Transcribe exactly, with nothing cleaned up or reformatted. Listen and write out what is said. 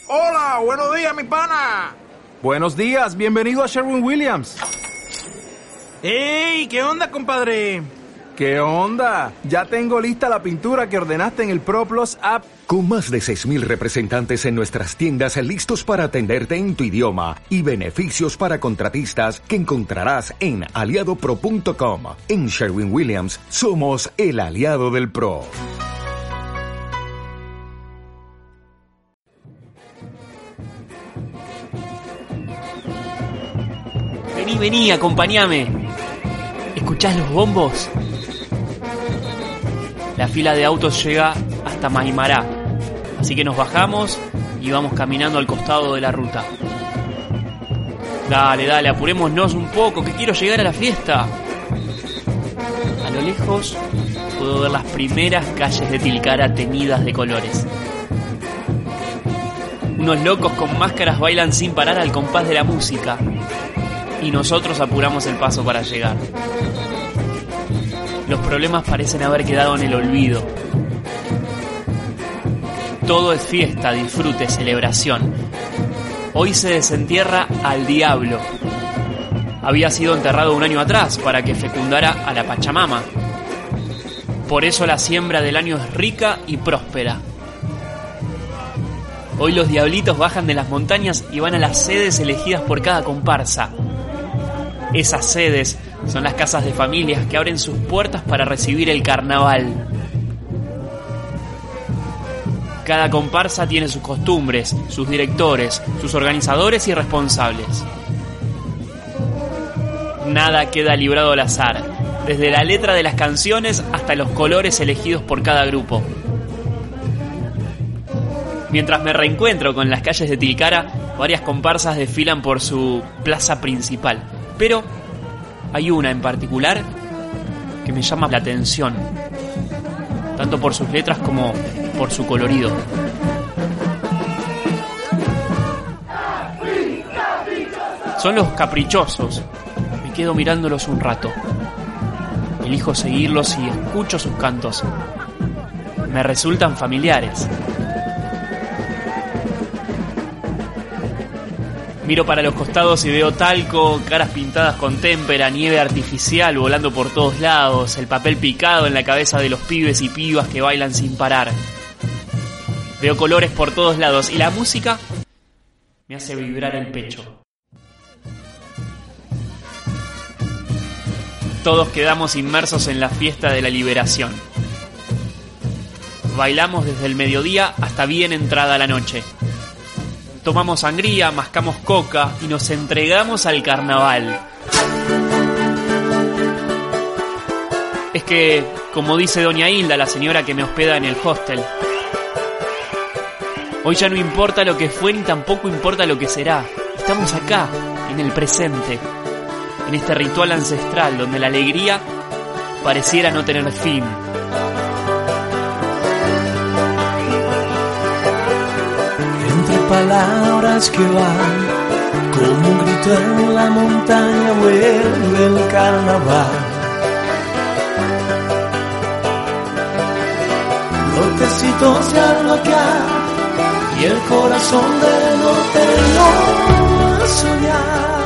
Hola, buenos días, mi pana. Buenos días, bienvenido a Sherwin-Williams. ¡Ey! ¿Qué onda, compadre? ¿Qué onda? Ya tengo lista la pintura que ordenaste en el ProPlus app. Con más de seis mil representantes en nuestras tiendas listos para atenderte en tu idioma y beneficios para contratistas que encontrarás en aliado pro punto com. En Sherwin-Williams somos el aliado del pro. Vení, vení, acompáñame. ¿Escuchás los bombos? La fila de autos llega hasta Maimará, así que nos bajamos y vamos caminando al costado de la ruta. Dale, dale, apurémonos un poco, que quiero llegar a la fiesta. A lo lejos puedo ver las primeras calles de Tilcara teñidas de colores. Unos locos con máscaras bailan sin parar al compás de la música. Y nosotros apuramos el paso para llegar. Los problemas parecen haber quedado en el olvido. Todo es fiesta, disfrute, celebración. Hoy se desentierra al diablo. Había sido enterrado un año atrás para que fecundara a la Pachamama. Por eso la siembra del año es rica y próspera. Hoy los diablitos bajan de las montañas y van a las sedes elegidas por cada comparsa. Esas sedes son las casas de familias que abren sus puertas para recibir el carnaval. Cada comparsa tiene sus costumbres, sus directores, sus organizadores y responsables. Nada queda librado al azar, desde la letra de las canciones hasta los colores elegidos por cada grupo. Mientras me reencuentro con las calles de Tilcara, varias comparsas desfilan por su plaza principal. Pero hay una en particular que me llama la atención, tanto por sus letras como por su colorido. Son los Caprichosos. Me quedo mirándolos un rato. Elijo seguirlos y escucho sus cantos. Me resultan familiares. Miro para los costados y veo talco, caras pintadas con témpera, nieve artificial volando por todos lados, el papel picado en la cabeza de los pibes y pibas que bailan sin parar. Veo colores por todos lados y la música me hace vibrar el pecho. Todos quedamos inmersos en la fiesta de la liberación. Bailamos desde el mediodía hasta bien entrada la noche. Tomamos sangría, mascamos coca y nos entregamos al carnaval. Es que, como dice doña Hilda, la señora que me hospeda en el hostel, hoy ya no importa lo que fue ni tampoco importa lo que será. Estamos acá, en el presente, en este ritual ancestral donde la alegría pareciera no tener fin. Palabras que van como un grito en la montaña, vuelve el carnaval. Lotecitos de albahaca y el corazón del norteño a soñar.